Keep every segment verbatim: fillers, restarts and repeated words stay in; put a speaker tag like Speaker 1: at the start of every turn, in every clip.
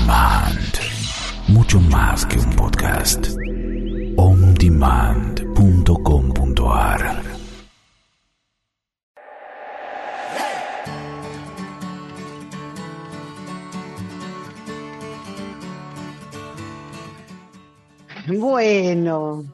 Speaker 1: Demand. Mucho más que un podcast. on demand punto com punto a r.
Speaker 2: Bueno,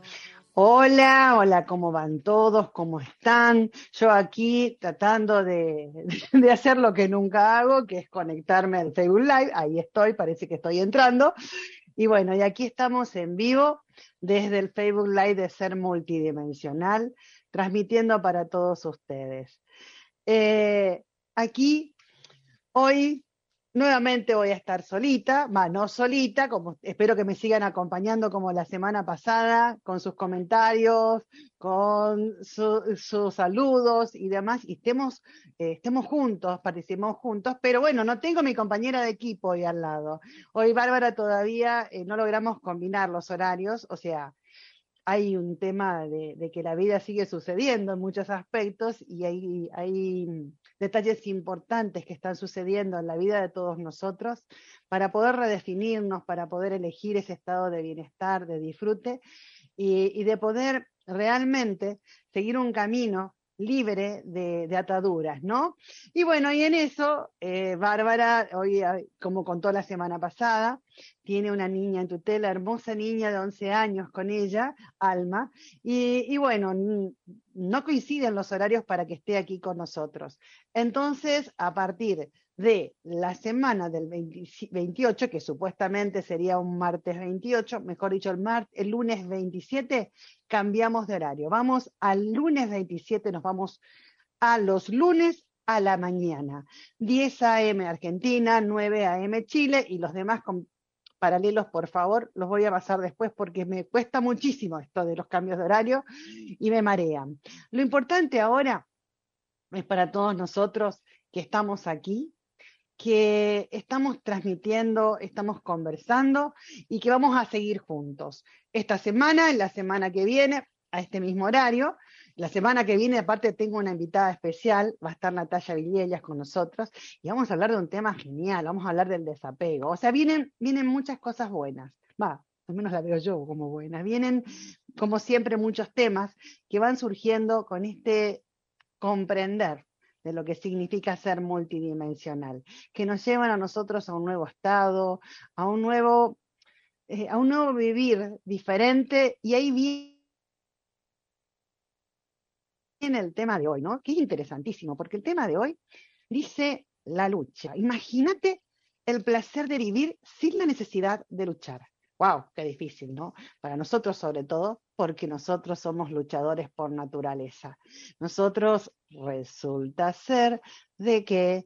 Speaker 2: hola, hola, ¿cómo van todos? ¿Cómo están? Yo aquí tratando de, de hacer lo que nunca hago, que es conectarme al Facebook Live. Ahí estoy, parece que estoy entrando. Y bueno, y aquí estamos en vivo desde el Facebook Live de Ser Multidimensional, transmitiendo para todos ustedes. Eh, aquí, hoy... Nuevamente voy a estar solita, va, no solita, como espero que me sigan acompañando como la semana pasada, con sus comentarios, con su, sus saludos y demás, y estemos, eh, estemos juntos, participemos juntos, pero bueno, no tengo mi compañera de equipo hoy al lado. Hoy Bárbara todavía eh, no logramos combinar los horarios, o sea, hay un tema de, de que la vida sigue sucediendo en muchos aspectos y hay, hay detalles importantes que están sucediendo en la vida de todos nosotros para poder redefinirnos, para poder elegir ese estado de bienestar, de disfrute y, y de poder realmente seguir un camino libre de, de ataduras, ¿no? Y bueno, y en eso, eh, Bárbara, hoy, como contó la semana pasada, tiene una niña en tutela, hermosa niña de once años con ella, Alma, y, y bueno, no coinciden los horarios para que esté aquí con nosotros. Entonces, a partir de la semana del veintiocho, que supuestamente sería un martes veintiocho, mejor dicho, el, mar, el lunes veintisiete, cambiamos de horario. Vamos al lunes veintisiete, nos vamos a los lunes a la mañana. diez a eme Argentina, nueve a eme Chile, y los demás con paralelos, por favor, los voy a pasar después porque me cuesta muchísimo esto de los cambios de horario y me marean. Lo importante ahora es para todos nosotros que estamos aquí, que estamos transmitiendo, estamos conversando y que vamos a seguir juntos. Esta semana, en la semana que viene, a este mismo horario, la semana que viene, aparte, tengo una invitada especial, va a estar Natalia Villellas con nosotros, y vamos a hablar de un tema genial, vamos a hablar del desapego. O sea, vienen, vienen muchas cosas buenas, va, al menos la veo yo como buenas. Vienen, como siempre, muchos temas que van surgiendo con este comprender de lo que significa ser multidimensional, que nos llevan a nosotros a un nuevo estado, a un nuevo, eh, a un nuevo vivir diferente, y ahí viene el tema de hoy, ¿no? Que es interesantísimo, porque el tema de hoy dice la lucha. Imagínate el placer de vivir sin la necesidad de luchar. ¡Wow! ¡Qué difícil!, ¿no? Para nosotros sobre todo, porque nosotros somos luchadores por naturaleza. Nosotros resulta ser de que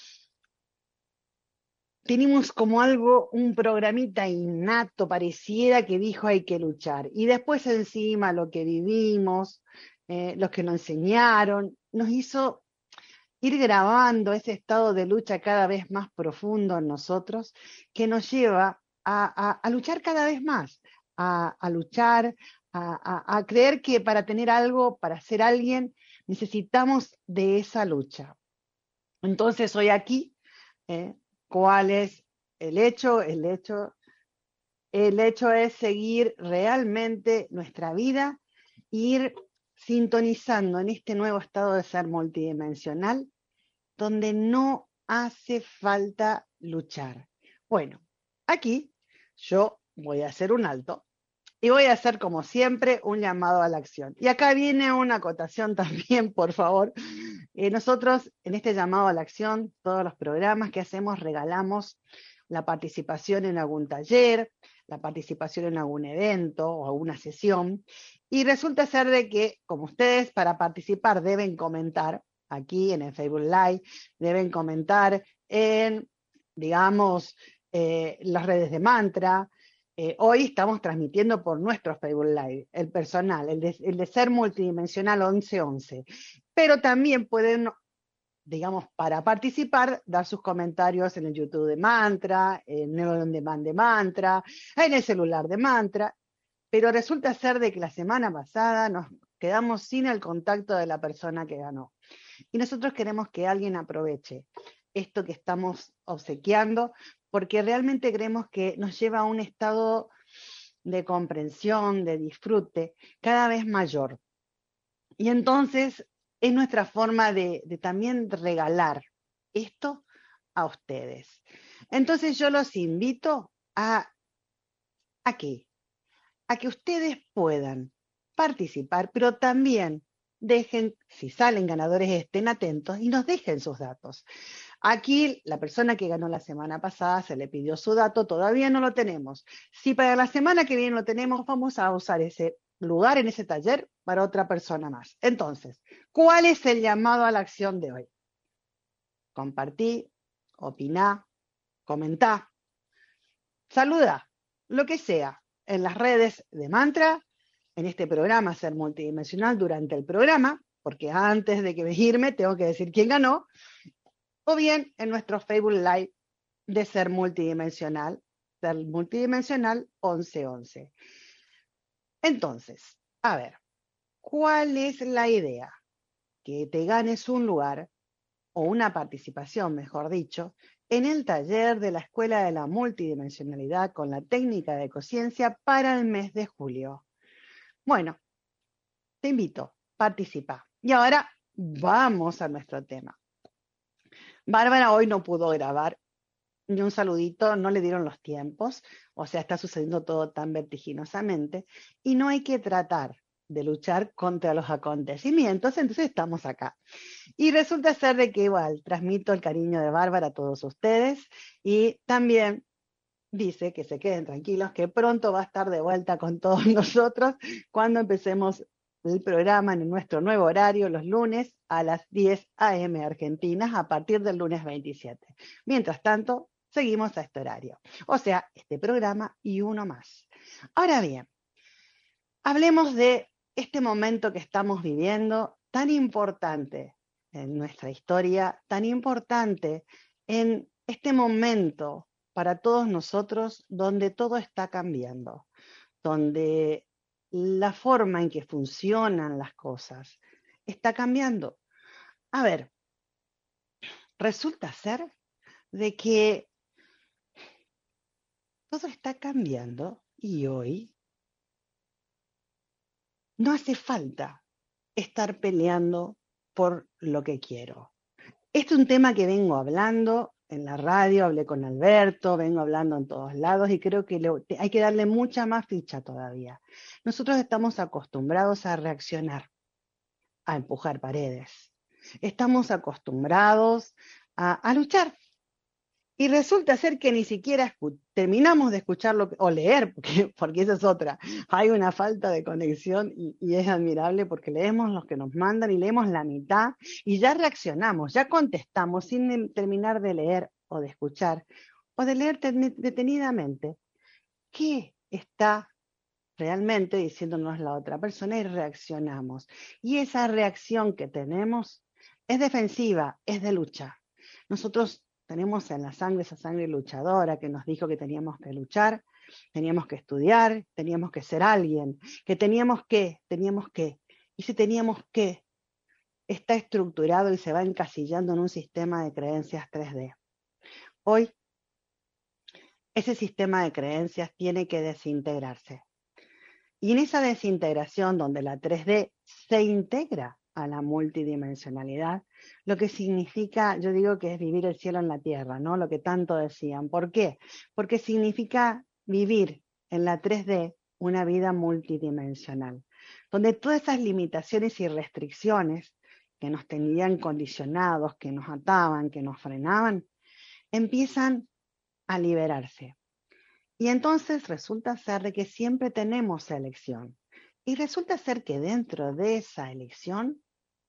Speaker 2: tenemos como algo, un programita innato, pareciera que dijo hay que luchar. Y después encima lo que vivimos, eh, los que nos enseñaron, nos hizo ir grabando ese estado de lucha cada vez más profundo en nosotros, que nos lleva a, a, a luchar cada vez más, a, a luchar, a, a, a creer que para tener algo, para ser alguien, necesitamos de esa lucha. Entonces hoy aquí, eh, ¿cuál es el hecho? El hecho, el hecho es seguir realmente nuestra vida, ir sintonizando en este nuevo estado de ser multidimensional, donde no hace falta luchar. Bueno, aquí yo voy a hacer un alto y voy a hacer, como siempre, un llamado a la acción. Y acá viene una acotación también, por favor. Eh, nosotros, en este llamado a la acción, todos los programas que hacemos, regalamos la participación en algún taller, la participación en algún evento o alguna sesión. Y resulta ser de que, como ustedes, para participar deben comentar aquí en el Facebook Live, deben comentar en, digamos, eh, las redes de Mantra. Eh, hoy estamos transmitiendo por nuestro Facebook Live, el personal, el de, el de Ser Multidimensional once once. Pero también pueden, digamos, para participar, dar sus comentarios en el YouTube de Mantra, en el On Demand de Mantra, en el celular de Mantra. Pero resulta ser de que la semana pasada nos quedamos sin el contacto de la persona que ganó. Y nosotros queremos que alguien aproveche esto que estamos obsequiando porque realmente creemos que nos lleva a un estado de comprensión, de disfrute cada vez mayor. Y entonces es nuestra forma de, de también regalar esto a ustedes. Entonces yo los invito a, ¿a qué? A que ustedes puedan participar, pero también dejen, si salen ganadores, estén atentos y nos dejen sus datos. Aquí la persona que ganó la semana pasada se le pidió su dato, todavía no lo tenemos. Si para la semana que viene lo tenemos, vamos a usar ese lugar en ese taller para otra persona más. Entonces, ¿cuál es el llamado a la acción de hoy? Compartí, opiná, comentá, saludá, lo que sea, en las redes de Mantra, en este programa Ser Multidimensional durante el programa, porque antes de que irme tengo que decir quién ganó, o bien en nuestro Facebook Live de Ser Multidimensional, Ser Multidimensional once once. Entonces, a ver, ¿cuál es la idea? Que te ganes un lugar, o una participación, mejor dicho, en el taller de la Escuela de la Multidimensionalidad con la técnica de conciencia para el mes de julio. Bueno, te invito, participa. Y ahora vamos a nuestro tema. Bárbara hoy no pudo grabar ni un saludito, no le dieron los tiempos, o sea, está sucediendo todo tan vertiginosamente, y no hay que tratar de luchar contra los acontecimientos, entonces estamos acá. Y resulta ser de que igual transmito el cariño de Bárbara a todos ustedes, y también dice que se queden tranquilos, que pronto va a estar de vuelta con todos nosotros cuando empecemos el programa en nuestro nuevo horario los lunes a las diez a eme argentinas a partir del lunes veintisiete. Mientras tanto, seguimos a este horario. O sea, este programa y uno más. Ahora bien, hablemos de este momento que estamos viviendo tan importante en nuestra historia, tan importante en este momento para todos nosotros donde todo está cambiando, donde la forma en que funcionan las cosas está cambiando. A ver, resulta ser de que todo está cambiando y hoy no hace falta estar peleando por lo que quiero. Este es un tema que vengo hablando en la radio, hablé con Alberto, vengo hablando en todos lados y creo que le, hay que darle mucha más ficha todavía. Nosotros estamos acostumbrados a reaccionar, a empujar paredes. Estamos acostumbrados a, a luchar. Y resulta ser que ni siquiera terminamos de escucharlo o leer, porque, porque esa es otra. Hay una falta de conexión y, y es admirable porque leemos los que nos mandan y leemos la mitad y ya reaccionamos, ya contestamos sin terminar de leer o de escuchar o de leer detenidamente. ¿Qué está realmente diciéndonos la otra persona? Y reaccionamos. Y esa reacción que tenemos es defensiva, es de lucha. Nosotros tenemos en la sangre esa sangre luchadora que nos dijo que teníamos que luchar, teníamos que estudiar, teníamos que ser alguien, que teníamos que, teníamos que. Y si teníamos que, está estructurado y se va encasillando en un sistema de creencias tres D. Hoy, ese sistema de creencias tiene que desintegrarse. Y en esa desintegración donde la tres D se integra a la multidimensionalidad, lo que significa, yo digo que es vivir el cielo en la tierra, ¿no? Lo que tanto decían. ¿Por qué? Porque significa vivir en la tres D una vida multidimensional, donde todas esas limitaciones y restricciones que nos tenían condicionados, que nos ataban, que nos frenaban, empiezan a liberarse. Y entonces resulta ser de que siempre tenemos elección. Y resulta ser que dentro de esa elección,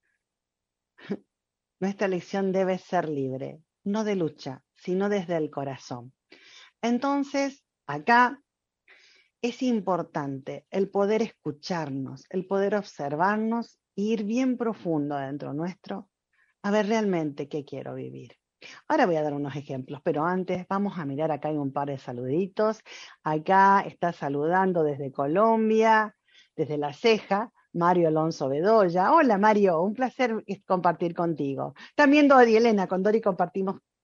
Speaker 2: nuestra elección debe ser libre, no de lucha, sino desde el corazón. Entonces, acá es importante el poder escucharnos, el poder observarnos e ir bien profundo dentro nuestro a ver realmente qué quiero vivir. Ahora voy a dar unos ejemplos, pero antes vamos a mirar acá hay un par de saluditos. Acá está saludando desde Colombia, desde La Ceja, Mario Alonso Bedoya. Hola Mario, un placer compartir contigo. También Dori Elena, con Dori compartimos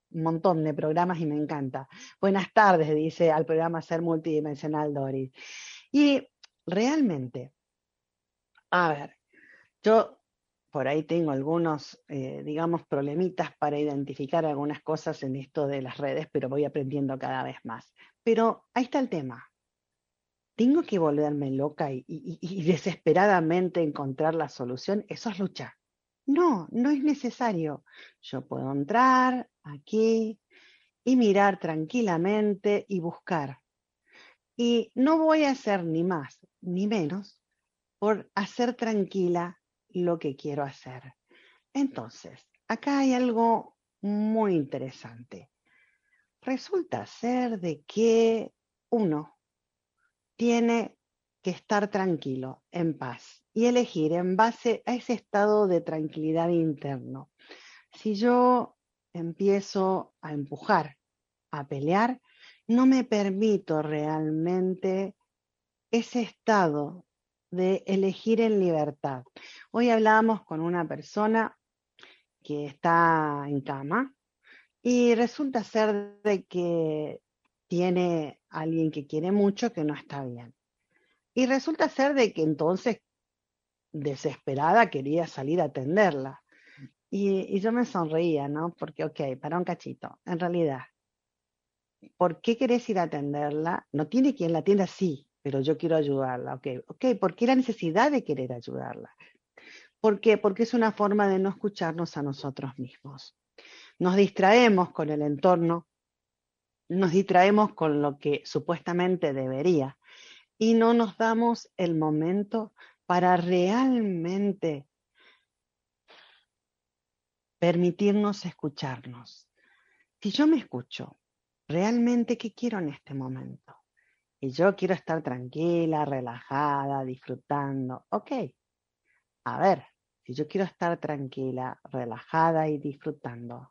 Speaker 2: un montón de programas y me encanta. Buenas tardes, dice al programa Ser Multidimensional Doris. Y realmente, a ver, yo por ahí tengo algunos, eh, digamos, problemitas para identificar algunas cosas en esto de las redes, pero voy aprendiendo cada vez más. Pero ahí está el tema. ¿Tengo que volverme loca y, y, y desesperadamente encontrar la solución? Eso es lucha. No, no es necesario. Yo puedo entrar aquí y mirar tranquilamente y buscar. Y no voy a hacer ni más ni menos por hacer tranquila lo que quiero hacer. Entonces, acá hay algo muy interesante. Resulta ser de que uno tiene que estar tranquilo, en paz, y elegir en base a ese estado de tranquilidad interno. Si yo empiezo a empujar, a pelear, no me permito realmente ese estado de elegir en libertad. Hoy hablábamos con una persona que está en cama y resulta ser de que tiene a alguien que quiere mucho que no está bien. Y resulta ser de que entonces, desesperada, quería salir a atenderla. Y, y yo me sonreía, ¿no? Porque, ok, para un cachito, en realidad, ¿por qué querés ir a atenderla? No tiene quien la atienda, sí, pero yo quiero ayudarla, ok. Ok, ¿por qué la necesidad de querer ayudarla? ¿Por qué? Porque es una forma de no escucharnos a nosotros mismos. Nos distraemos con el entorno, nos distraemos con lo que supuestamente debería y no nos damos el momento para realmente permitirnos escucharnos. Si yo me escucho, ¿realmente qué quiero en este momento? Y yo quiero estar tranquila, relajada, disfrutando. Ok, a ver, si yo quiero estar tranquila, relajada y disfrutando,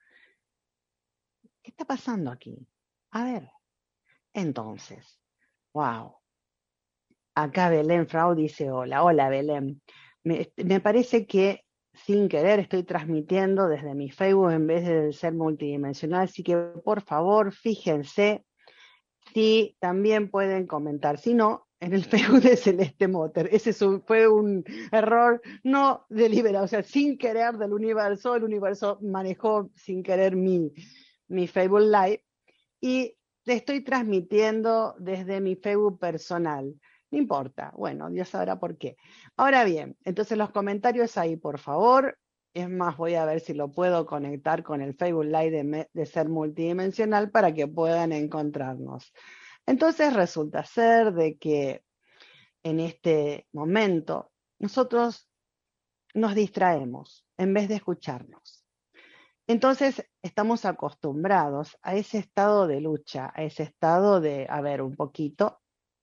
Speaker 2: ¿qué está pasando aquí? A ver, entonces, wow. Acá Belén Frau dice hola, hola Belén. Me, me parece que sin querer estoy transmitiendo desde mi Facebook en vez de ser multidimensional, así que por favor fíjense si también pueden comentar, si no, en el Facebook de Celeste Motter. Ese fue un error no deliberado, o sea, sin querer del universo, el universo manejó sin querer mi, mi Facebook Live y te estoy transmitiendo desde mi Facebook personal. No importa, bueno, Dios sabrá por qué. Ahora bien, entonces los comentarios ahí, por favor. Es más, voy a ver si lo puedo conectar con el Facebook Live de, de Ser Multidimensional para que puedan encontrarnos. Entonces resulta ser de que en este momento nosotros nos distraemos en vez de escucharnos. Entonces estamos acostumbrados a ese estado de lucha, a ese estado de, a ver, un poquito,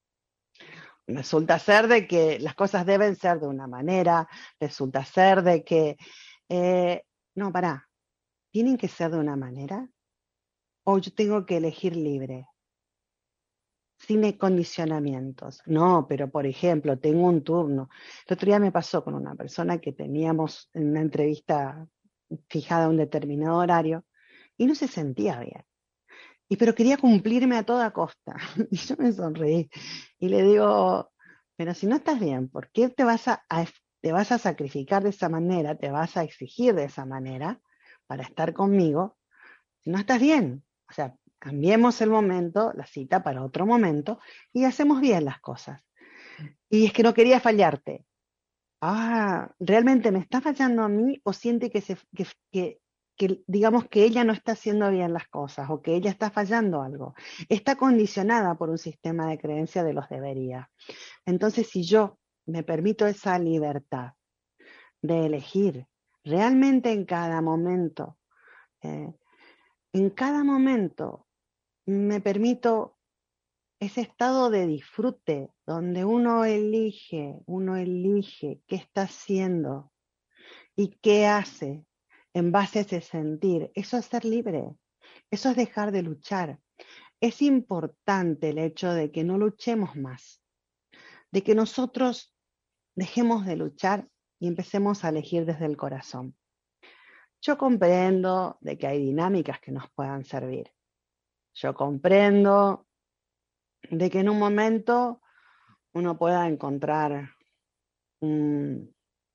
Speaker 2: resulta ser de que las cosas deben ser de una manera, resulta ser de que, eh, no, pará, ¿tienen que ser de una manera? ¿O yo tengo que elegir libre? Sin condicionamientos. No, pero por ejemplo, tengo un turno. El otro día me pasó con una persona que teníamos en una entrevista fijada a un determinado horario y no se sentía bien. Y pero quería cumplirme a toda costa. Y yo me sonreí y le digo, pero si no estás bien, ¿por qué te vas a, a, te vas a sacrificar de esa manera, te vas a exigir de esa manera para estar conmigo si no estás bien? O sea, cambiemos el momento, la cita para otro momento y hacemos bien las cosas. Y es que no quería fallarte. Ah, ¿realmente me está fallando a mí o siente que, se, que, que, que digamos que ella no está haciendo bien las cosas o que ella está fallando algo? Está condicionada por un sistema de creencia de los debería. Entonces, si yo me permito esa libertad de elegir realmente en cada momento, eh, en cada momento me permito ese estado de disfrute donde uno elige, uno elige qué está haciendo y qué hace en base a ese sentir. Eso es ser libre, eso es dejar de luchar. Es importante el hecho de que no luchemos más, de que nosotros dejemos de luchar y empecemos a elegir desde el corazón. Yo comprendo de que hay dinámicas que nos puedan servir. Yo comprendo de que en un momento uno pueda encontrar, um,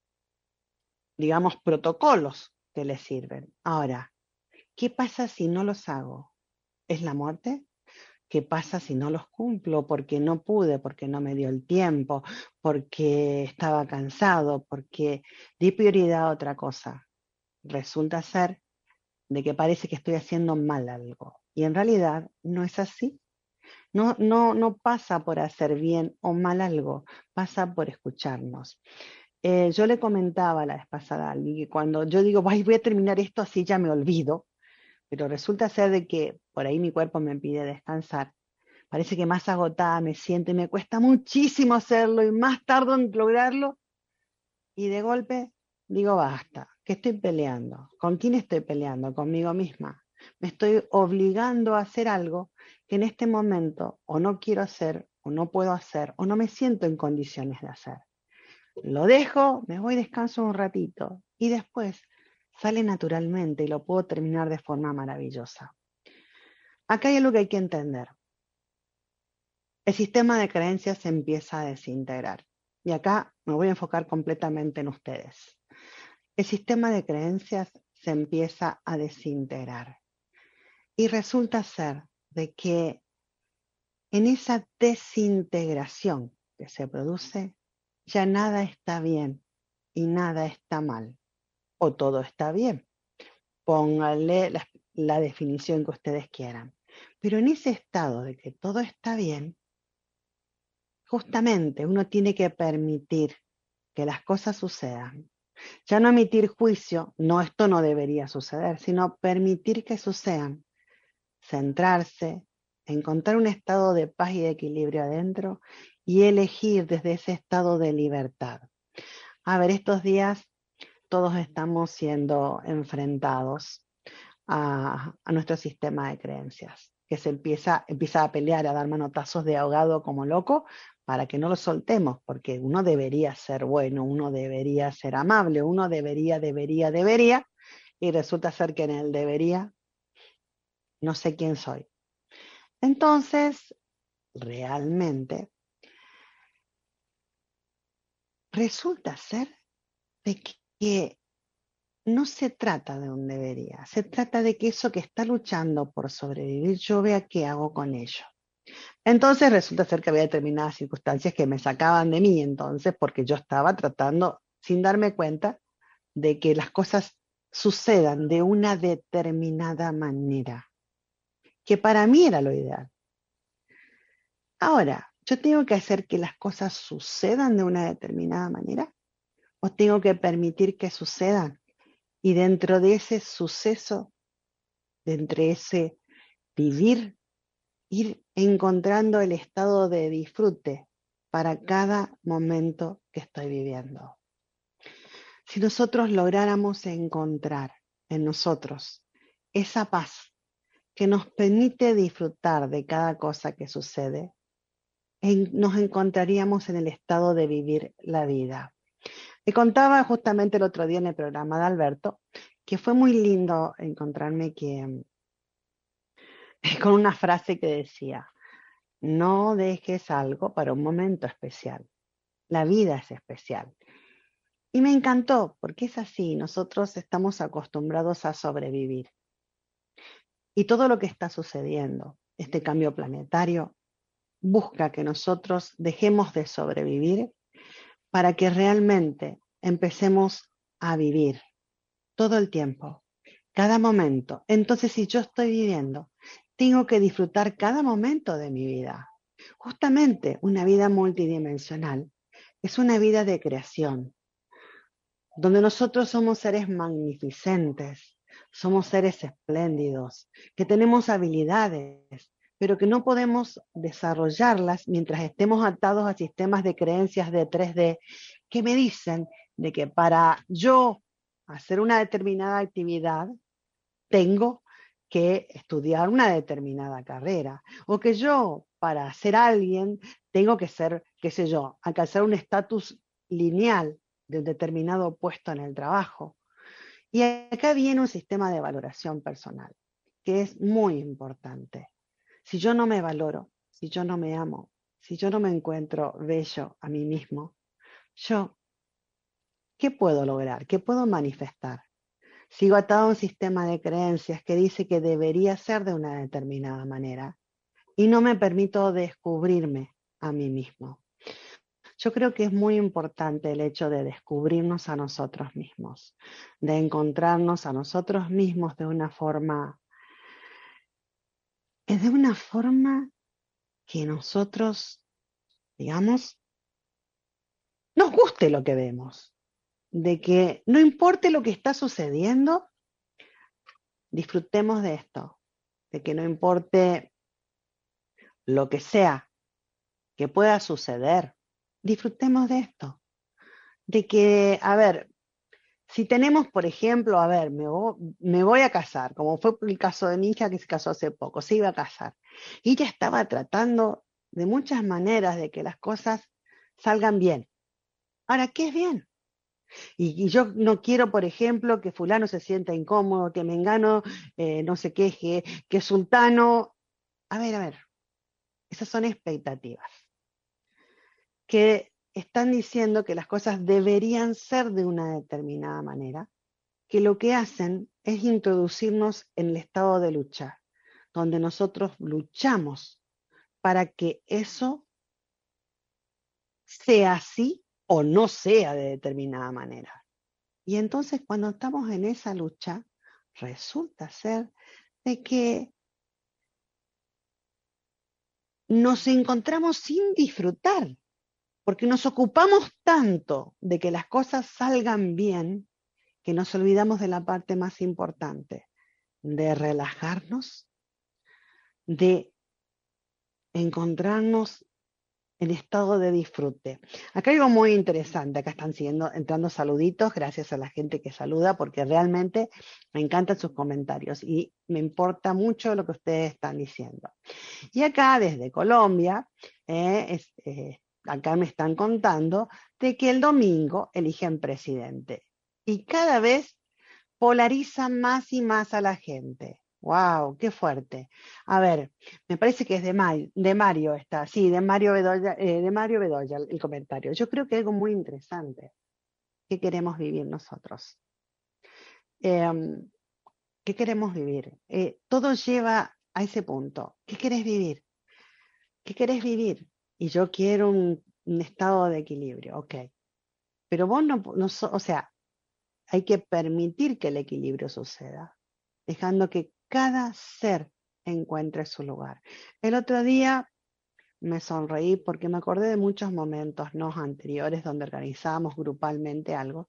Speaker 2: digamos, protocolos que le sirven. Ahora, ¿qué pasa si no los hago? ¿Es la muerte? ¿Qué pasa si no los cumplo? Porque no pude, porque no me dio el tiempo, porque estaba cansado, porque di prioridad a otra cosa. Resulta ser de que parece que estoy haciendo mal algo. Y en realidad no es así. No, no, no pasa por hacer bien o mal algo, pasa por escucharnos. Eh, yo le comentaba la vez pasada a alguien que cuando yo digo, "Ay, voy a terminar esto así ya me olvido", pero resulta ser de que por ahí mi cuerpo me pide descansar. Parece que más agotada me siento y me cuesta muchísimo hacerlo y más tardo en lograrlo. Y de golpe digo, basta, ¿qué estoy peleando? ¿Con quién estoy peleando? Conmigo misma. Me estoy obligando a hacer algo que en este momento o no quiero hacer, o no puedo hacer, o no me siento en condiciones de hacer. Lo dejo, me voy, descanso un ratito y después sale naturalmente y lo puedo terminar de forma maravillosa. Acá hay algo que hay que entender. El sistema de creencias se empieza a desintegrar. Y acá me voy a enfocar completamente en ustedes. El sistema de creencias se empieza a desintegrar. Y resulta ser de que en esa desintegración que se produce, ya nada está bien y nada está mal. O todo está bien. Pónganle la, la definición que ustedes quieran. Pero en ese estado de que todo está bien, justamente uno tiene que permitir que las cosas sucedan. Ya no emitir juicio, no, esto no debería suceder, sino permitir que sucedan. Centrarse, encontrar un estado de paz y de equilibrio adentro y elegir desde ese estado de libertad. A ver, estos días todos estamos siendo enfrentados a, a nuestro sistema de creencias, que se empieza, empieza a pelear, a dar manotazos de ahogado como loco para que no lo soltemos, porque uno debería ser bueno, uno debería ser amable, uno debería, debería, debería, y resulta ser que en el debería no sé quién soy. Entonces, realmente, resulta ser de que no se trata de un debería, se trata de que eso que está luchando por sobrevivir, yo vea qué hago con ello. Entonces resulta ser que había determinadas circunstancias que me sacaban de mí entonces, porque yo estaba tratando, sin darme cuenta, de que las cosas sucedan de una determinada manera, que para mí era lo ideal. Ahora, ¿yo tengo que hacer que las cosas sucedan de una determinada manera? ¿O tengo que permitir que sucedan? Y dentro de ese suceso, dentro de ese vivir, ir encontrando el estado de disfrute para cada momento que estoy viviendo. Si nosotros lográramos encontrar en nosotros esa paz que nos permite disfrutar de cada cosa que sucede, en, nos encontraríamos en el estado de vivir la vida. Le contaba justamente el otro día en el programa de Alberto que fue muy lindo encontrarme que, con una frase que decía: no dejes algo para un momento especial. La vida es especial. Y me encantó, porque es así, nosotros estamos acostumbrados a sobrevivir. Y todo lo que está sucediendo, este cambio planetario, busca que nosotros dejemos de sobrevivir para que realmente empecemos a vivir todo el tiempo, cada momento. Entonces, si yo estoy viviendo, tengo que disfrutar cada momento de mi vida. Justamente una vida multidimensional es una vida de creación, donde nosotros somos seres magnificentes, somos seres espléndidos, que tenemos habilidades, pero que no podemos desarrollarlas mientras estemos atados a sistemas de creencias de tres D que me dicen de que para yo hacer una determinada actividad tengo que estudiar una determinada carrera, o que yo para ser alguien tengo que ser, qué sé yo, alcanzar un estatus lineal de un determinado puesto en el trabajo. Y acá viene un sistema de valoración personal, que es muy importante. Si yo no me valoro, si yo no me amo, si yo no me encuentro bello a mí mismo, yo, ¿qué puedo lograr? ¿Qué puedo manifestar? Sigo atado a un sistema de creencias que dice que debería ser de una determinada manera y no me permito descubrirme a mí mismo. Yo creo que es muy importante el hecho de descubrirnos a nosotros mismos, de encontrarnos a nosotros mismos de una forma, de una forma que nosotros, digamos, nos guste lo que vemos, de que no importe lo que está sucediendo, disfrutemos de esto, de que no importe lo que sea que pueda suceder, disfrutemos de esto, de que, a ver, si tenemos, por ejemplo, a ver, me voy, me voy a casar, como fue el caso de mi hija que se casó hace poco, se iba a casar, y ella estaba tratando de muchas maneras de que las cosas salgan bien. Ahora, ¿qué es bien? Y, y yo no quiero, por ejemplo, que fulano se sienta incómodo, que mengano eh, no se queje, que sultano... A ver, a ver, esas son expectativas que están diciendo que las cosas deberían ser de una determinada manera, que lo que hacen es introducirnos en el estado de lucha, donde nosotros luchamos para que eso sea así o no sea de determinada manera. Y entonces cuando estamos en esa lucha, resulta ser de que nos encontramos sin disfrutar, porque nos ocupamos tanto de que las cosas salgan bien, que nos olvidamos de la parte más importante, de relajarnos, de encontrarnos en estado de disfrute. Acá hay algo muy interesante, acá están siguiendo, entrando saluditos, gracias a la gente que saluda, porque realmente me encantan sus comentarios y me importa mucho lo que ustedes están diciendo. Y acá desde Colombia, eh, es, eh, acá me están contando de que el domingo eligen presidente y cada vez polarizan más y más a la gente. ¡Wow! ¡Qué fuerte! A ver, me parece que es de, Ma de Mario está, sí, de Mario Bedoya, eh, de Mario Bedoya el, el comentario. Yo creo que algo muy interesante que queremos vivir nosotros. Eh, ¿Qué queremos vivir? Eh, todo lleva a ese punto. ¿Qué querés vivir? ¿Qué querés vivir? Y yo quiero un, un estado de equilibrio, ok. Pero vos no, no, o sea, hay que permitir que el equilibrio suceda, dejando que cada ser encuentre su lugar. El otro día me sonreí porque me acordé de muchos momentos ¿no? anteriores donde organizábamos grupalmente algo,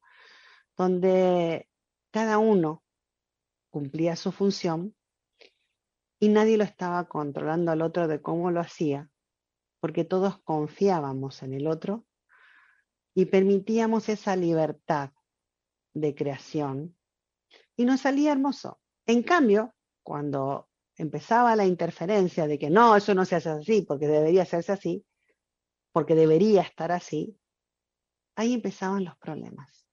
Speaker 2: donde cada uno cumplía su función y nadie lo estaba controlando al otro de cómo lo hacía, porque todos confiábamos en el otro y permitíamos esa libertad de creación y nos salía hermoso. En cambio, cuando empezaba la interferencia de que no, eso no se hace así, porque debería hacerse así, porque debería estar así, ahí empezaban los problemas.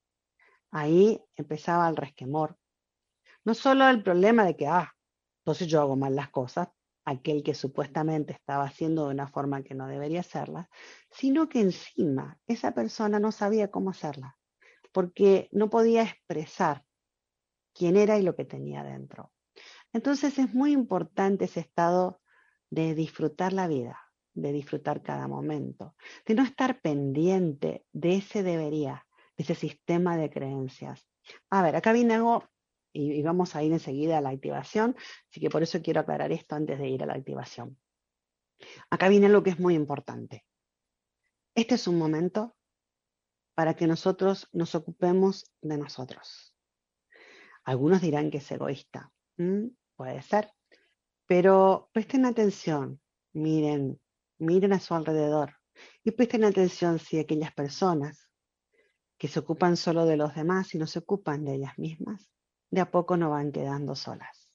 Speaker 2: Ahí empezaba el resquemor. No solo el problema de que, ah, entonces yo hago mal las cosas, aquel que supuestamente estaba haciendo de una forma que no debería hacerlas, sino que encima esa persona no sabía cómo hacerla, porque no podía expresar quién era y lo que tenía dentro. Entonces es muy importante ese estado de disfrutar la vida, de disfrutar cada momento, de no estar pendiente de ese debería, de ese sistema de creencias. A ver, acá viene algo y, y vamos a ir enseguida a la activación, así que por eso quiero aclarar esto antes de ir a la activación. Acá viene algo que es muy importante. Este es un momento para que nosotros nos ocupemos de nosotros. Algunos dirán que es egoísta. ¿Mm? Puede ser. Pero presten atención, miren, miren a su alrededor y presten atención si aquellas personas que se ocupan solo de los demás y no se ocupan de ellas mismas, de a poco no van quedando solas.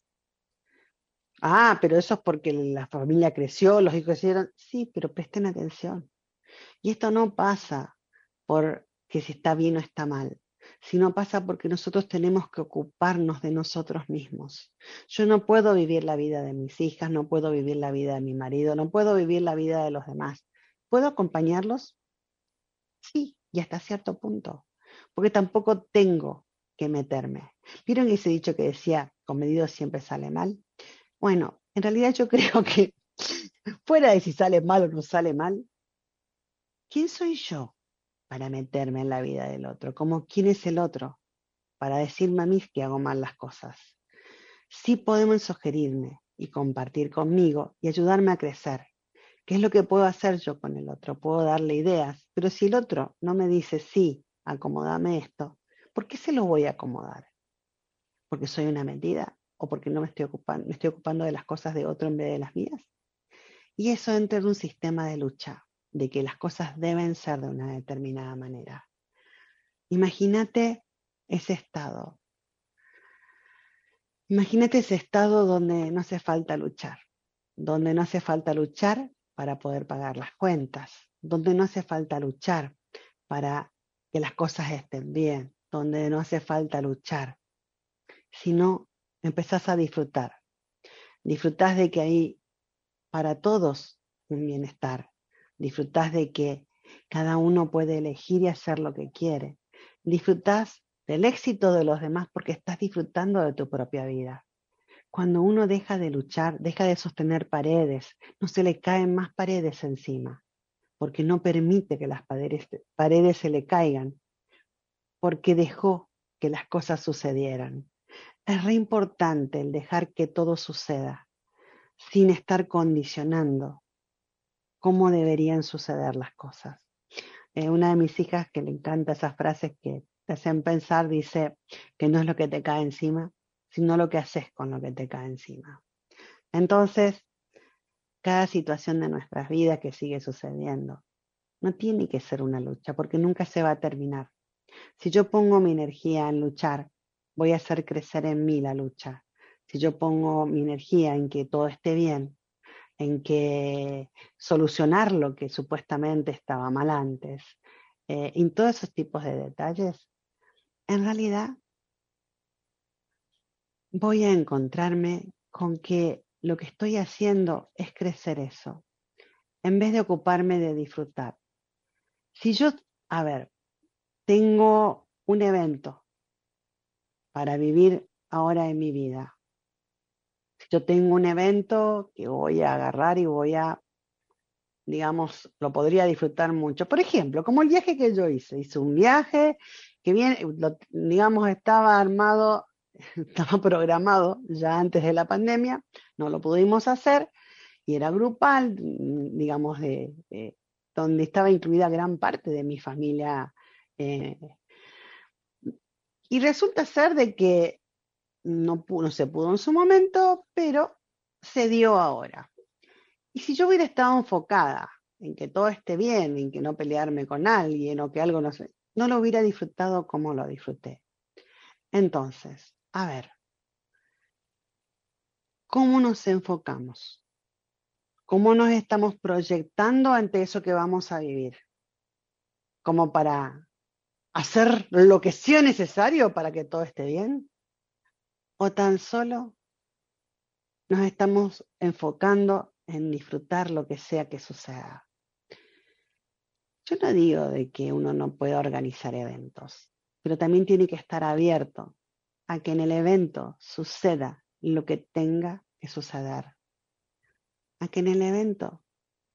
Speaker 2: Ah, pero eso es porque la familia creció, los hijos crecieron. Sí, pero presten atención. Y esto no pasa por que si está bien o está mal. sino pasa porque nosotros tenemos que ocuparnos de nosotros mismos. Yo no puedo vivir la vida de mis hijas, no puedo vivir la vida de mi marido, no puedo vivir la vida de los demás. ¿Puedo acompañarlos? Sí, y hasta cierto punto, porque tampoco tengo que meterme. ¿Vieron ese dicho que decía, con medido siempre sale mal? Bueno, en realidad yo creo que fuera de si sale mal o no sale mal, ¿quién soy yo para meterme en la vida del otro? ¿Cómo quién es el otro para decirme a mí que hago mal las cosas? Sí podemos sugerirme y compartir conmigo y ayudarme a crecer. ¿Qué es lo que puedo hacer yo con el otro? Puedo darle ideas, pero si el otro no me dice, sí, acomódame esto, ¿por qué se lo voy a acomodar? ¿Porque soy una mentira? ¿O porque no me estoy ocupando, me estoy ocupando de las cosas de otro en vez de las mías? Y eso entra en un sistema de lucha, de que las cosas deben ser de una determinada manera. Imagínate ese estado. Imagínate ese estado donde no hace falta luchar, donde no hace falta luchar para poder pagar las cuentas, donde no hace falta luchar para que las cosas estén bien, donde no hace falta luchar, sino empezás a disfrutar. Disfrutás de que hay para todos un bienestar. Disfrutás de que cada uno puede elegir y hacer lo que quiere. Disfrutás del éxito de los demás porque estás disfrutando de tu propia vida. Cuando uno deja de luchar, deja de sostener paredes, no se le caen más paredes encima, porque no permite que las paredes, paredes se le caigan, porque dejó que las cosas sucedieran. Es re importante el dejar que todo suceda, sin estar condicionando cómo deberían suceder las cosas. Eh, una de mis hijas, que le encanta esas frases que te hacen pensar, dice que no es lo que te cae encima, sino lo que haces con lo que te cae encima. Entonces, cada situación de nuestras vidas que sigue sucediendo no tiene que ser una lucha, porque nunca se va a terminar. Si yo pongo mi energía en luchar, voy a hacer crecer en mí la lucha. Si yo pongo mi energía en que todo esté bien, en que solucionar lo que supuestamente estaba mal antes, eh, en todos esos tipos de detalles, en realidad voy a encontrarme con que lo que estoy haciendo es crecer eso, en vez de ocuparme de disfrutar. Si yo, a ver, tengo un evento para vivir ahora en mi vida, si yo tengo un evento que voy a agarrar y voy a, digamos, lo podría disfrutar mucho. Por ejemplo, como el viaje que yo hice. Hice un viaje que bien, lo, digamos, estaba armado, estaba programado ya antes de la pandemia, no lo pudimos hacer y era grupal, digamos, de, de, donde estaba incluida gran parte de mi familia. Eh, y resulta ser de que no, no se pudo en su momento, pero se dio ahora. Y si yo hubiera estado enfocada en que todo esté bien, en que no pelearme con alguien o que algo no se, no lo hubiera disfrutado como lo disfruté. Entonces, a ver, ¿cómo nos enfocamos? ¿Cómo nos estamos proyectando ante eso que vamos a vivir? ¿Como para hacer lo que sea necesario para que todo esté bien? ¿O tan solo nos estamos enfocando en disfrutar lo que sea que suceda? Yo no digo de que uno no pueda organizar eventos, pero también tiene que estar abierto a que en el evento suceda lo que tenga que suceder. A que en el evento,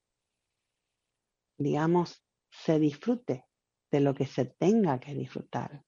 Speaker 2: digamos, se disfrute de lo que se tenga que disfrutar.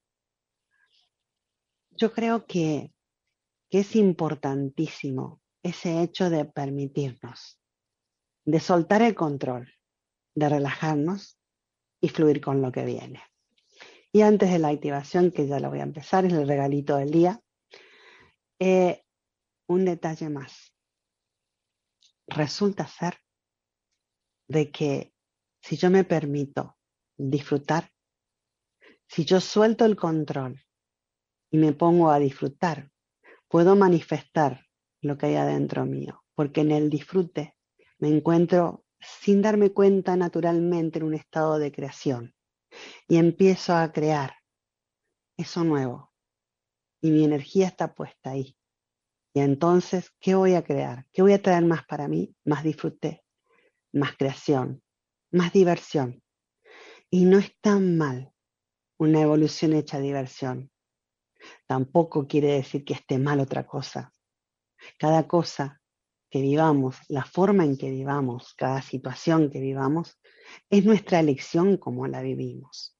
Speaker 2: Yo creo que, que es importantísimo ese hecho de permitirnos, de soltar el control, de relajarnos y fluir con lo que viene. Y antes de la activación, que ya la voy a empezar, es el regalito del día, eh, un detalle más. Resulta ser de que si yo me permito disfrutar, si yo suelto el control y me pongo a disfrutar, puedo manifestar lo que hay adentro mío, porque en el disfrute me encuentro sin darme cuenta naturalmente en un estado de creación y empiezo a crear, eso nuevo y mi energía está puesta ahí. Y entonces, ¿qué voy a crear? ¿Qué voy a traer más para mí? Más disfrute, más creación, más diversión. Y no es tan mal una evolución hecha diversión. Tampoco quiere decir que esté mal otra cosa. Cada cosa que vivamos, la forma en que vivamos, cada situación que vivamos, es nuestra elección como la vivimos.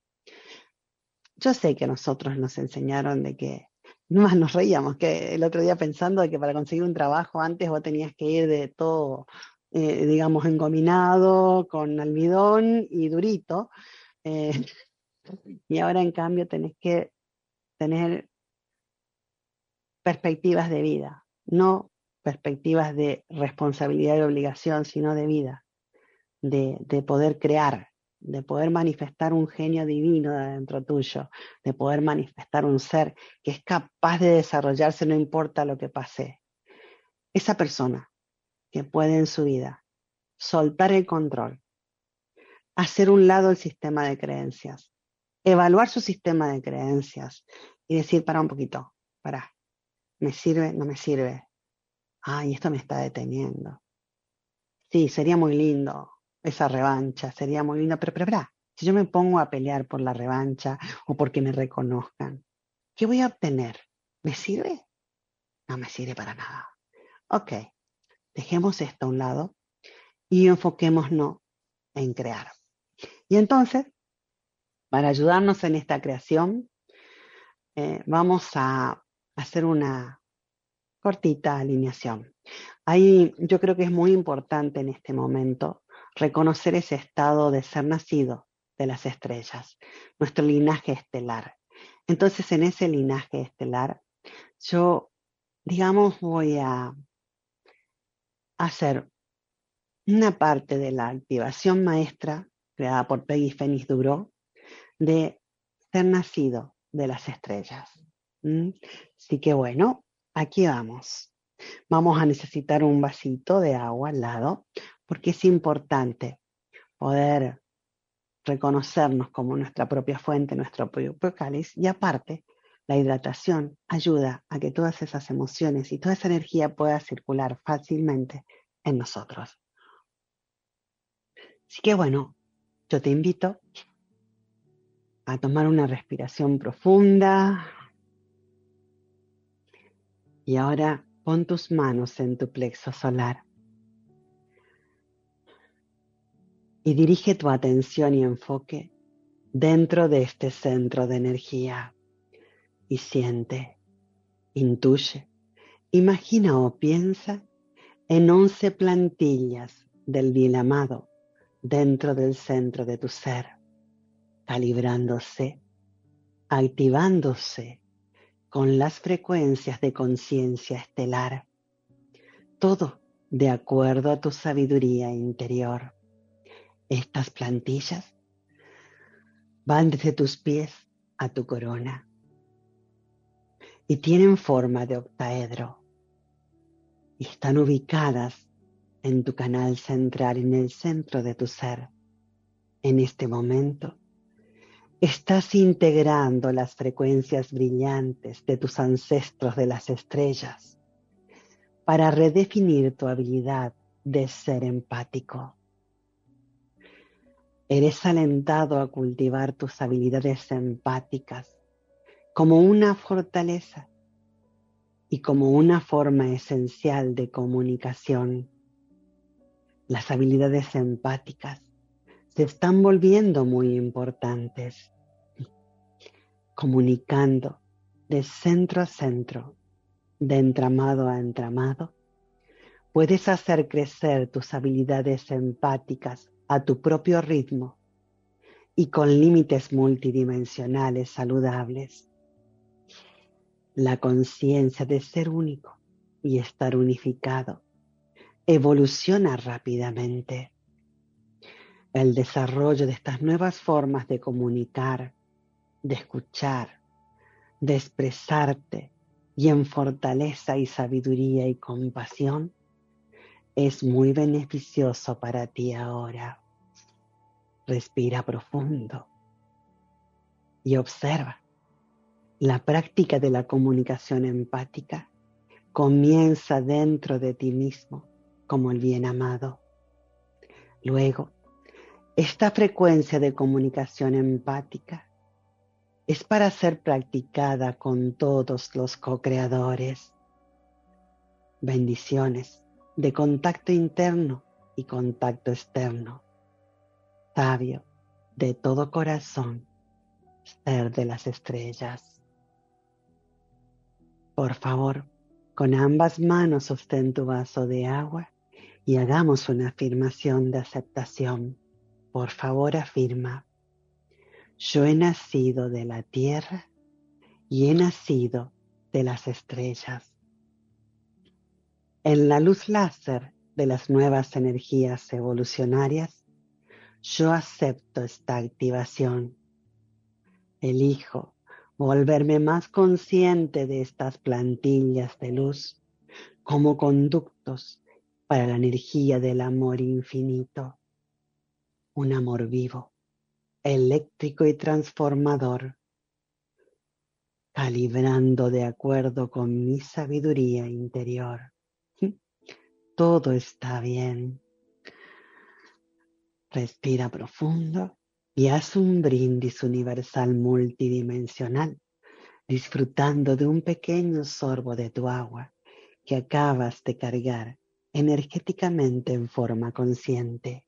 Speaker 2: Yo sé que a nosotros nos enseñaron de que, no más nos reíamos, que el otro día pensando de que para conseguir un trabajo antes vos tenías que ir de todo, eh, digamos, engominado, con almidón y durito, eh, y ahora en cambio tenés que tener perspectivas de vida, no perspectivas de responsabilidad y obligación, sino de vida, de, de poder crear, de poder manifestar un genio divino dentro tuyo, de poder manifestar un ser que es capaz de desarrollarse no importa lo que pase. Esa persona que puede en su vida soltar el control, hacer un lado el sistema de creencias, evaluar su sistema de creencias y decir, para un poquito, para, ¿me sirve? ¿No me sirve? Ay, esto me está deteniendo. Sí, sería muy lindo esa revancha, sería muy lindo, pero, pero, pero, si yo me pongo a pelear por la revancha o porque me reconozcan, ¿qué voy a obtener? ¿Me sirve? No me sirve para nada. Ok, dejemos esto a un lado y enfoquémonos en crear. Y entonces, para ayudarnos en esta creación, eh, vamos a hacer una cortita alineación. Ahí yo creo que es muy importante en este momento reconocer ese estado de ser nacido de las estrellas, nuestro linaje estelar. Entonces, en ese linaje estelar, yo, digamos, voy a hacer una parte de la activación maestra creada por Peggy Phoenix Dubrow de ser nacido de las estrellas. ¿Mm? Así que bueno, aquí vamos. Vamos a necesitar un vasito de agua al lado, porque es importante poder reconocernos como nuestra propia fuente, nuestro propio cáliz, y aparte, la hidratación ayuda a que todas esas emociones y toda esa energía pueda circular fácilmente en nosotros. Así que bueno, yo te invito a tomar una respiración profunda y ahora pon tus manos en tu plexo solar. Y dirige tu atención y enfoque dentro de este centro de energía y siente, intuye, imagina o piensa en once plantillas del bien amado dentro del centro de tu ser, calibrándose, activándose con las frecuencias de conciencia estelar, todo de acuerdo a tu sabiduría interior. Estas plantillas van desde tus pies a tu corona y tienen forma de octaedro y están ubicadas en tu canal central, en el centro de tu ser. En este momento estás integrando las frecuencias brillantes de tus ancestros de las estrellas para redefinir tu habilidad de ser empático. Eres alentado a cultivar tus habilidades empáticas como una fortaleza y como una forma esencial de comunicación. Las habilidades empáticas se están volviendo muy importantes, comunicando de centro a centro, de entramado a entramado. Puedes hacer crecer tus habilidades empáticas a tu propio ritmo y con límites multidimensionales saludables. La conciencia de ser único y estar unificado evoluciona rápidamente. El desarrollo de estas nuevas formas de comunicar, de escuchar, de expresarte y en fortaleza y sabiduría y compasión es muy beneficioso para ti ahora. Respira profundo y observa La práctica de la comunicación empática comienza dentro de ti mismo como el bien amado. Luego, esta frecuencia de comunicación empática es para ser practicada con todos los co-creadores. Bendiciones de contacto interno y contacto externo. Sabio, de todo corazón, ser de las estrellas. Por favor, con ambas manos sostén tu vaso de agua y hagamos una afirmación de aceptación. Por favor, afirma: yo he nacido de la tierra y he nacido de las estrellas. En la luz láser de las nuevas energías evolucionarias, yo acepto esta activación. Elijo volverme más consciente de estas plantillas de luz como conductos para la energía del amor infinito. Un amor vivo, eléctrico y transformador, calibrando de acuerdo con mi sabiduría interior. Todo está bien. Respira profundo y haz un brindis universal multidimensional, disfrutando de un pequeño sorbo de tu agua que acabas de cargar energéticamente en forma consciente.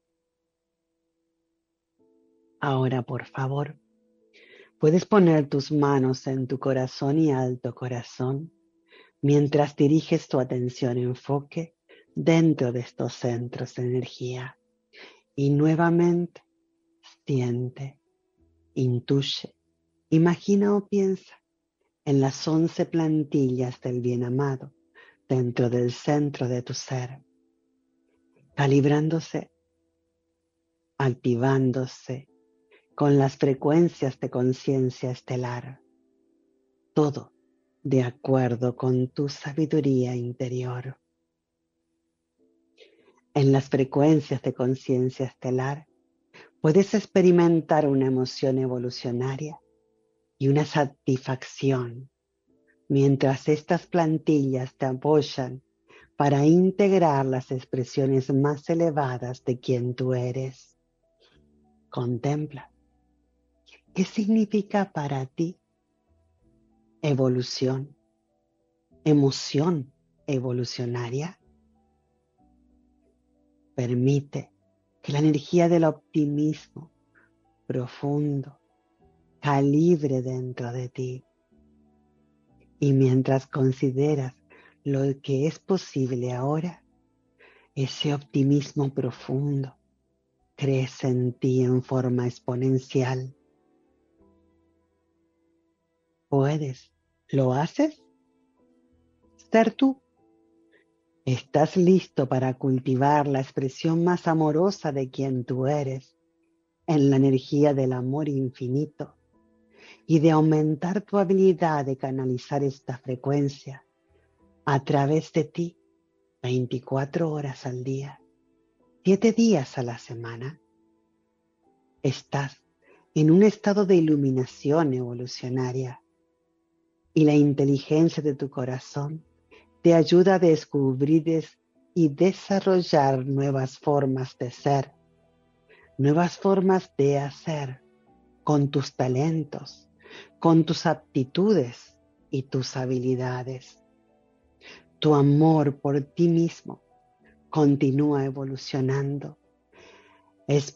Speaker 2: Ahora, por favor, puedes poner tus manos en tu corazón y alto corazón mientras diriges tu atención y enfoque dentro de estos centros de energía. Y nuevamente, siente, intuye, imagina o piensa en las once plantillas del bien amado dentro del centro de tu ser, calibrándose, activándose con las frecuencias de conciencia estelar, todo de acuerdo con tu sabiduría interior. En las frecuencias de conciencia estelar puedes experimentar una emoción evolucionaria y una satisfacción mientras estas plantillas te apoyan para integrar las expresiones más elevadas de quien tú eres. Contempla. ¿Qué significa para ti evolución, emoción evolucionaria? Permite que la energía del optimismo profundo calibre dentro de ti. Y mientras consideras lo que es posible ahora, ese optimismo profundo crece en ti en forma exponencial. ¿Puedes? ¿Lo haces? Ser tú. ¿Estás listo para cultivar la expresión más amorosa de quien tú eres en la energía del amor infinito y de aumentar tu habilidad de canalizar esta frecuencia a través de ti veinticuatro horas al día, siete días a la semana? Estás en un estado de iluminación evolucionaria y la inteligencia de tu corazón te ayuda a descubrir y desarrollar nuevas formas de ser, nuevas formas de hacer con tus talentos, con tus aptitudes y tus habilidades. Tu amor por ti mismo continúa evolucionando. Es,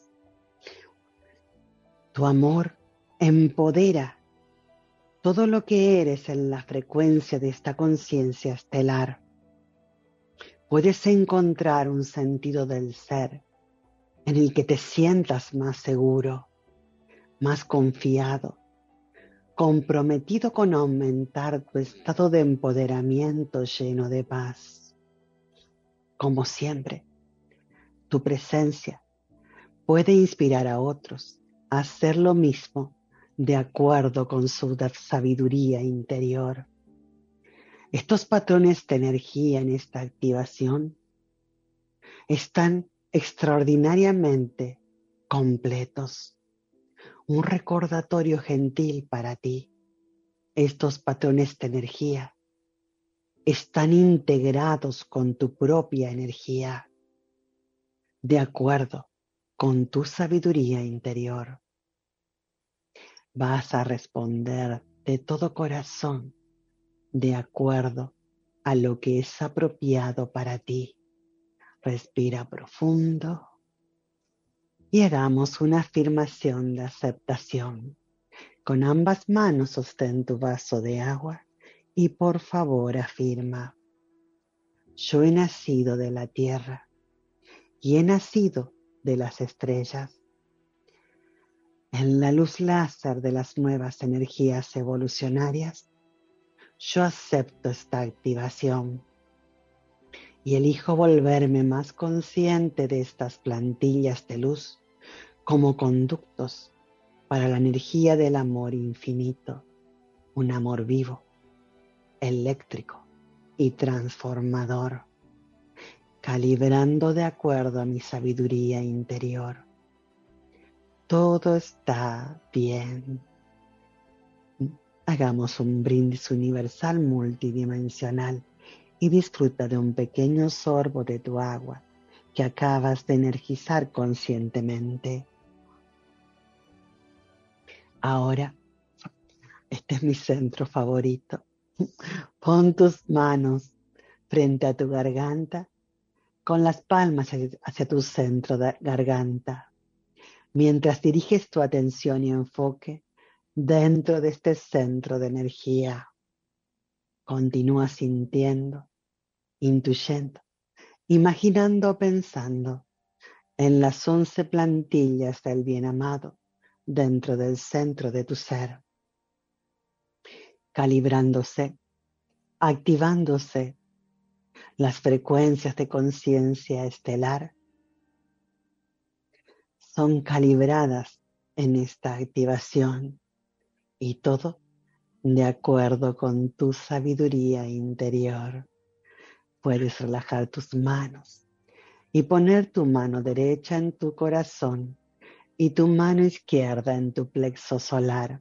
Speaker 2: tu amor empodera todo lo que eres en la frecuencia de esta conciencia estelar. Puedes encontrar un sentido del ser en el que te sientas más seguro, más confiado, comprometido con aumentar tu estado de empoderamiento lleno de paz. Como siempre, tu presencia puede inspirar a otros a hacer lo mismo de acuerdo con su sabiduría interior. Estos patrones de energía en esta activación están extraordinariamente completos. Un recordatorio gentil para ti. Estos patrones de energía están integrados con tu propia energía, de acuerdo con tu sabiduría interior. Vas a responder de todo corazón, de acuerdo a lo que es apropiado para ti. Respira profundo y hagamos una afirmación de aceptación. Con ambas manos sostén tu vaso de agua y por favor afirma: yo he nacido de la tierra y he nacido de las estrellas. En la luz láser de las nuevas energías evolucionarias, yo acepto esta activación y elijo volverme más consciente de estas plantillas de luz como conductos para la energía del amor infinito, un amor vivo, eléctrico y transformador, calibrando de acuerdo a mi sabiduría interior. Todo está bien. Hagamos un brindis universal multidimensional y disfruta de un pequeño sorbo de tu agua que acabas de energizar conscientemente. Ahora, este es mi centro favorito. Pon tus manos frente a tu garganta con las palmas hacia tu centro de garganta, mientras diriges tu atención y enfoque dentro de este centro de energía. Continúa sintiendo, intuyendo, imaginando o pensando en las once plantillas del bien amado dentro del centro de tu ser, calibrándose, activándose las frecuencias de conciencia estelar. Son calibradas en esta activación y todo de acuerdo con tu sabiduría interior. Puedes relajar tus manos y poner tu mano derecha en tu corazón y tu mano izquierda en tu plexo solar.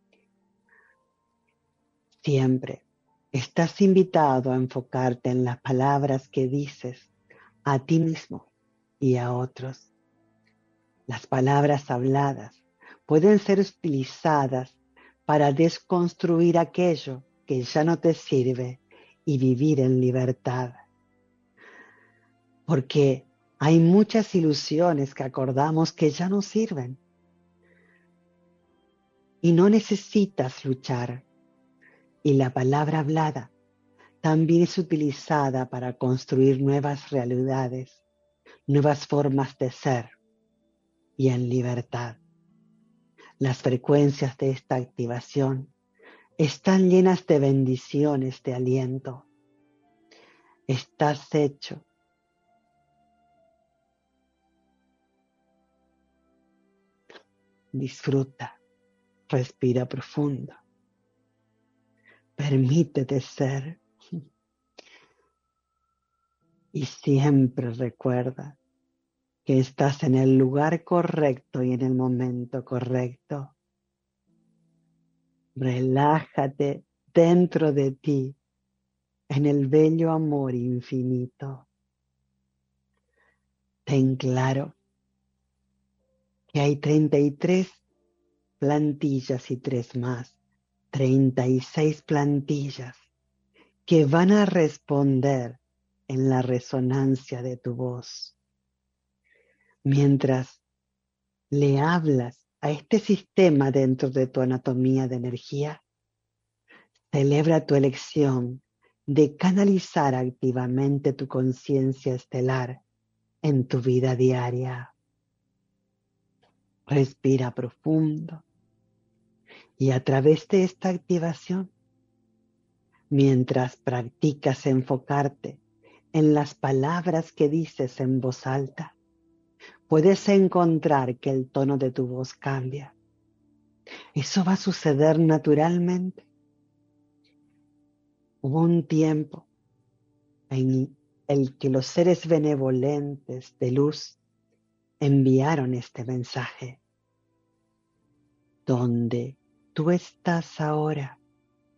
Speaker 2: Siempre estás invitado a enfocarte en las palabras que dices a ti mismo y a otros. Las palabras habladas pueden ser utilizadas para desconstruir aquello que ya no te sirve y vivir en libertad. Porque hay muchas ilusiones que acordamos que ya no sirven. Y no necesitas luchar. Y la palabra hablada también es utilizada para construir nuevas realidades, nuevas formas de ser y en libertad. Las frecuencias de esta activación están llenas de bendiciones de aliento. Estás hecho Disfruta, respira profundo, permítete ser y siempre recuerda que estás en el lugar correcto y en el momento correcto. Relájate dentro de ti en el bello amor infinito. Ten claro que hay treinta y tres plantillas y tres más, treinta y seis plantillas que van a responder en la resonancia de tu voz. Mientras le hablas a este sistema dentro de tu anatomía de energía, celebra tu elección de canalizar activamente tu conciencia estelar en tu vida diaria. Respira profundo y a través de esta activación, mientras practicas enfocarte en las palabras que dices en voz alta, puedes encontrar que el tono de tu voz cambia. Eso va a suceder naturalmente. Hubo un tiempo en el que los seres benevolentes de luz enviaron este mensaje. Donde tú estás ahora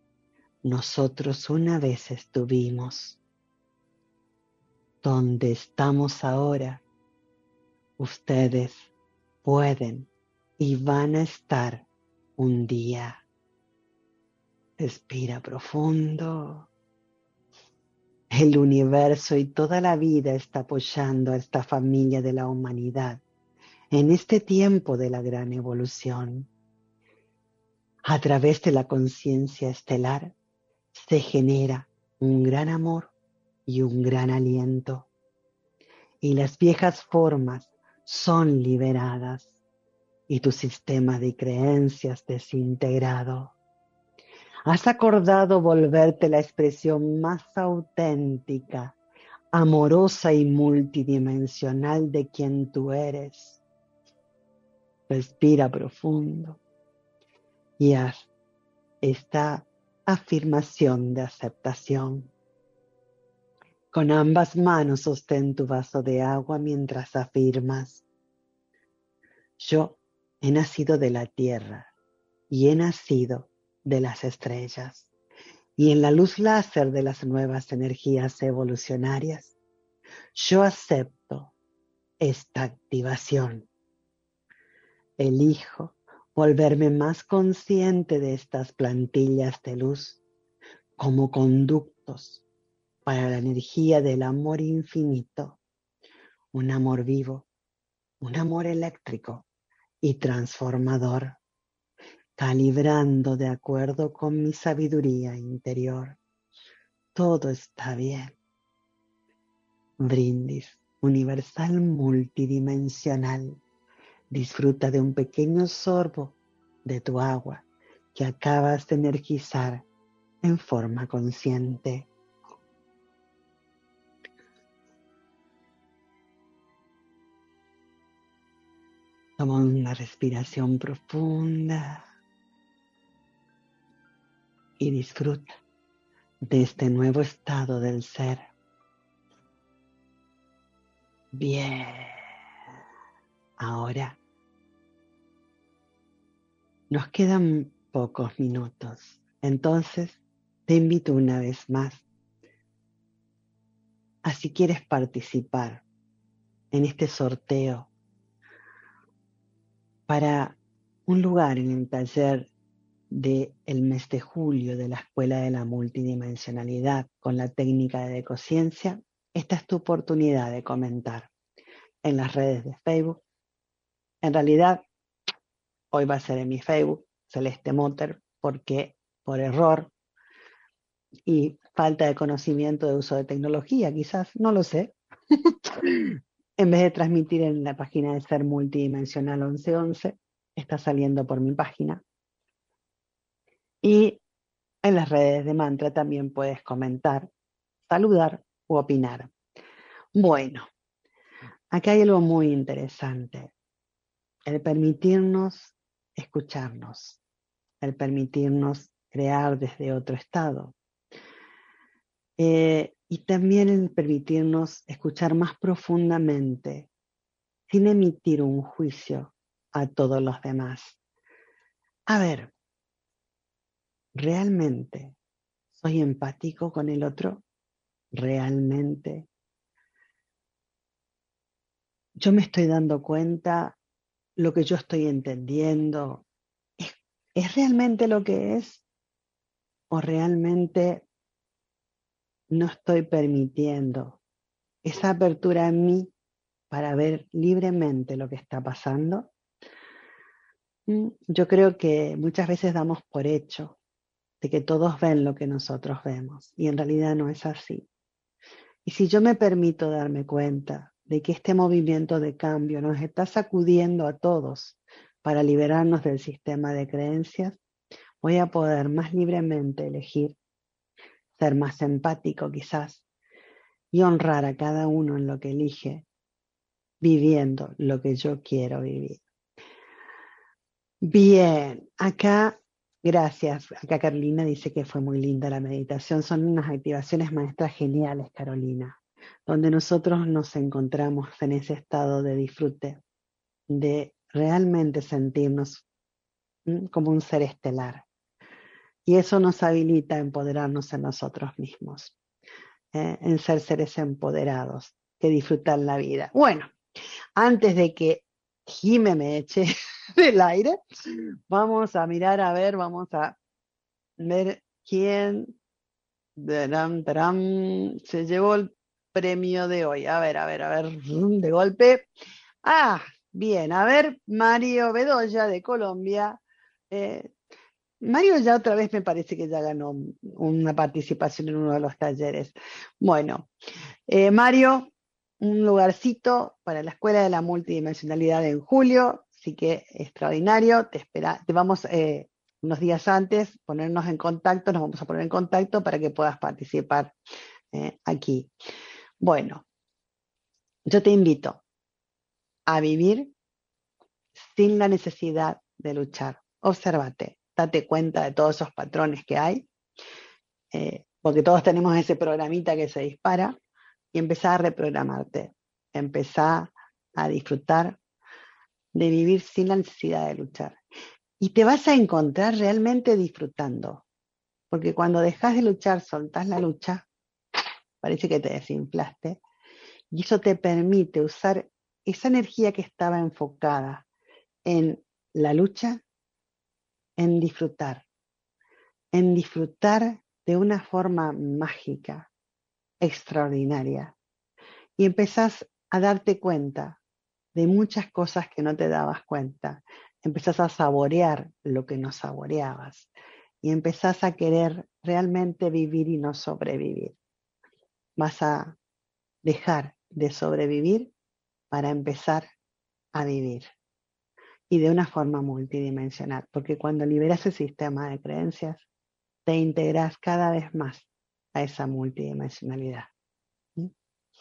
Speaker 2: nosotros una vez estuvimos. Donde estamos ahora, ustedes pueden y van a estar un día. Respira profundo. El universo y toda la vida está apoyando a esta familia de la humanidad en este tiempo de la gran evolución. A través de la conciencia estelar se genera un gran amor y un gran aliento. Y las viejas formas son liberadas y tu sistema de creencias desintegrado. Has acordado volverte la expresión más auténtica, amorosa y multidimensional de quien tú eres. Respira profundo y haz esta afirmación de aceptación. Con ambas manos sostén tu vaso de agua mientras afirmas: yo he nacido de la tierra y he nacido de las estrellas, y en la luz láser de las nuevas energías evolucionarias, yo acepto esta activación. Elijo volverme más consciente de estas plantillas de luz como conductos para la energía del amor infinito, un amor vivo, un amor eléctrico y transformador, calibrando de acuerdo con mi sabiduría interior. Todo está bien. Brindis universal multidimensional. Disfruta de un pequeño sorbo de tu agua que acabas de energizar en forma consciente. Toma una respiración profunda y disfruta de este nuevo estado del ser. Bien. Ahora nos quedan pocos minutos, entonces te invito una vez más a, si quieres participar en este sorteo para un lugar en el taller del mes de julio de la Escuela de la Multidimensionalidad con la técnica de ecociencia. Esta es tu oportunidad de comentar en las redes de Facebook. En realidad, hoy va a ser en mi Facebook, Celeste Motter, porque por error y falta de conocimiento de uso de tecnología, quizás, no lo sé, en vez de transmitir en la página de Ser Multidimensional once once, está saliendo por mi página. Y en las redes de Mantra también puedes comentar, saludar u opinar. Bueno, acá hay algo muy interesante. El permitirnos escucharnos, el permitirnos crear desde otro estado. Eh, y también el permitirnos escuchar más profundamente, sin emitir un juicio a todos los demás. A ver, ¿realmente soy empático con el otro? ¿Realmente? Yo me estoy dando cuenta, lo que yo estoy entendiendo, ¿es, ¿es realmente lo que es? ¿O realmente no estoy permitiendo esa apertura en mí para ver libremente lo que está pasando? Yo creo que muchas veces damos por hecho de que todos ven lo que nosotros vemos, y en realidad no es así. Y si yo me permito darme cuenta de que este movimiento de cambio nos está sacudiendo a todos para liberarnos del sistema de creencias, voy a poder más libremente elegir ser más empático quizás y honrar a cada uno en lo que elige, viviendo lo que yo quiero vivir. Bien, acá, gracias. Acá Carolina dice que fue muy linda la meditación. Son unas activaciones maestras geniales, Carolina, donde nosotros nos encontramos en ese estado de disfrute, de realmente sentirnos como un ser estelar. Y eso nos habilita a empoderarnos en nosotros mismos, eh, en ser seres empoderados, que disfrutan la vida. Bueno, antes de que Jime me eche del aire, vamos a mirar, a ver, vamos a ver quién taram, taram, se llevó el premio de hoy. A ver, a ver, a ver, de golpe. Ah, bien, a ver, Mario Bedoya de Colombia. Eh, Mario ya otra vez me parece que ya ganó una participación en uno de los talleres. Bueno, eh, Mario, un lugarcito para la Escuela de la Multidimensionalidad en julio, así que extraordinario. Te espera, te vamos eh, unos días antes ponernos en contacto, nos vamos a poner en contacto para que puedas participar eh, aquí. Bueno, yo te invito a vivir sin la necesidad de luchar. Obsérvate, date cuenta de todos esos patrones que hay, eh, porque todos tenemos ese programita que se dispara, y empezá a reprogramarte, empezá a disfrutar de vivir sin la necesidad de luchar. Y te vas a encontrar realmente disfrutando, porque cuando dejas de luchar, soltás la lucha, parece que te desinflaste, y eso te permite usar esa energía que estaba enfocada en la lucha, en disfrutar, en disfrutar de una forma mágica, extraordinaria. Y empezás a darte cuenta de muchas cosas que no te dabas cuenta. Empezás a saborear lo que no saboreabas. Y empezás a querer realmente vivir y no sobrevivir. Vas a dejar de sobrevivir para empezar a vivir. Y de una forma multidimensional. Porque cuando liberas el sistema de creencias, te integras cada vez más a esa multidimensionalidad. ¿Sí?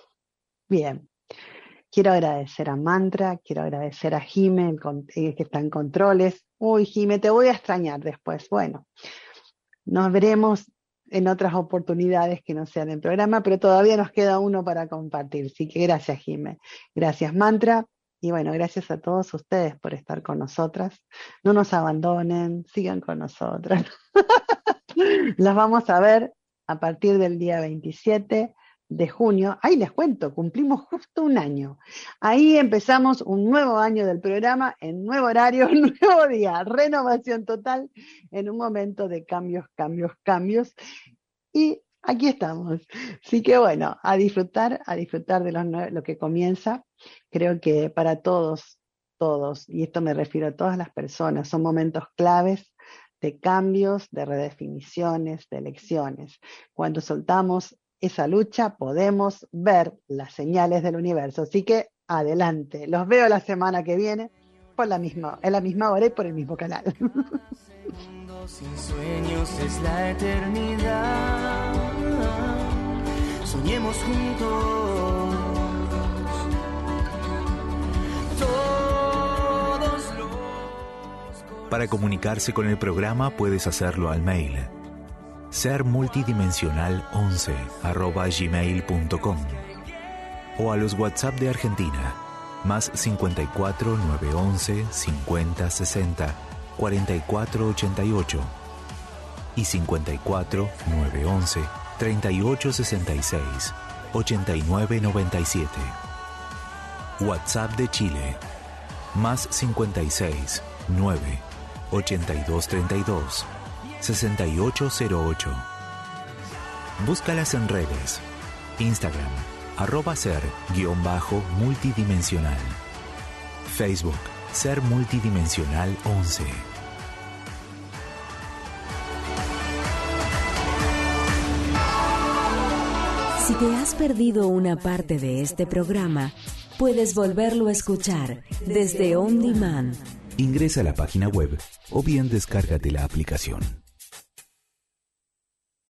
Speaker 2: Bien. Quiero agradecer a Mantra, quiero agradecer a Jime, el, que está en controles. Uy, Jime, te voy a extrañar después. Bueno, nos veremos en otras oportunidades que no sean en programa, pero todavía nos queda uno para compartir. Así que gracias, Jime. Gracias, Mantra. Y bueno, gracias a todos ustedes por estar con nosotras. No nos abandonen, sigan con nosotras. Las vamos a ver a partir del día veintisiete de junio. Ahí les cuento, cumplimos justo un año. Ahí empezamos un nuevo año del programa, en nuevo horario, un nuevo día, renovación total, en un momento de cambios, cambios, cambios. Y aquí estamos. Así que bueno, a disfrutar, a disfrutar de lo, lo que comienza. Creo que para todos, todos, y esto me refiero a todas las personas, son momentos claves de cambios, de redefiniciones, de elecciones. Cuando soltamos esa lucha, podemos ver las señales del universo. Así que adelante. Los veo la semana que viene por la misma, en la misma hora y por el mismo canal.
Speaker 3: Sin sueños es la eternidad. Soñemos juntos. Todos los...
Speaker 1: Para comunicarse con el programa puedes hacerlo al mail ser multidimensional once arroba gmail punto com o a los WhatsApp de Argentina más cincuenta y cuatro, nueve once, cincuenta, sesenta, cuarenta y cuatro ochenta y ocho y cincuenta y cuatro, nueve once, treinta y ocho sesenta y seis, ochenta y nueve noventa y siete. WhatsApp de Chile más cincuenta y seis, nueve, ochenta y dos treinta y dos, sesenta y ocho cero ocho. Búscalas en redes. Instagram, arroba ser guión bajo multidimensional. Facebook, ser multidimensional once.
Speaker 4: Si te has perdido una parte de este programa, puedes volverlo a escuchar desde On Demand.
Speaker 1: Ingresa a la página web o bien descárgate la aplicación.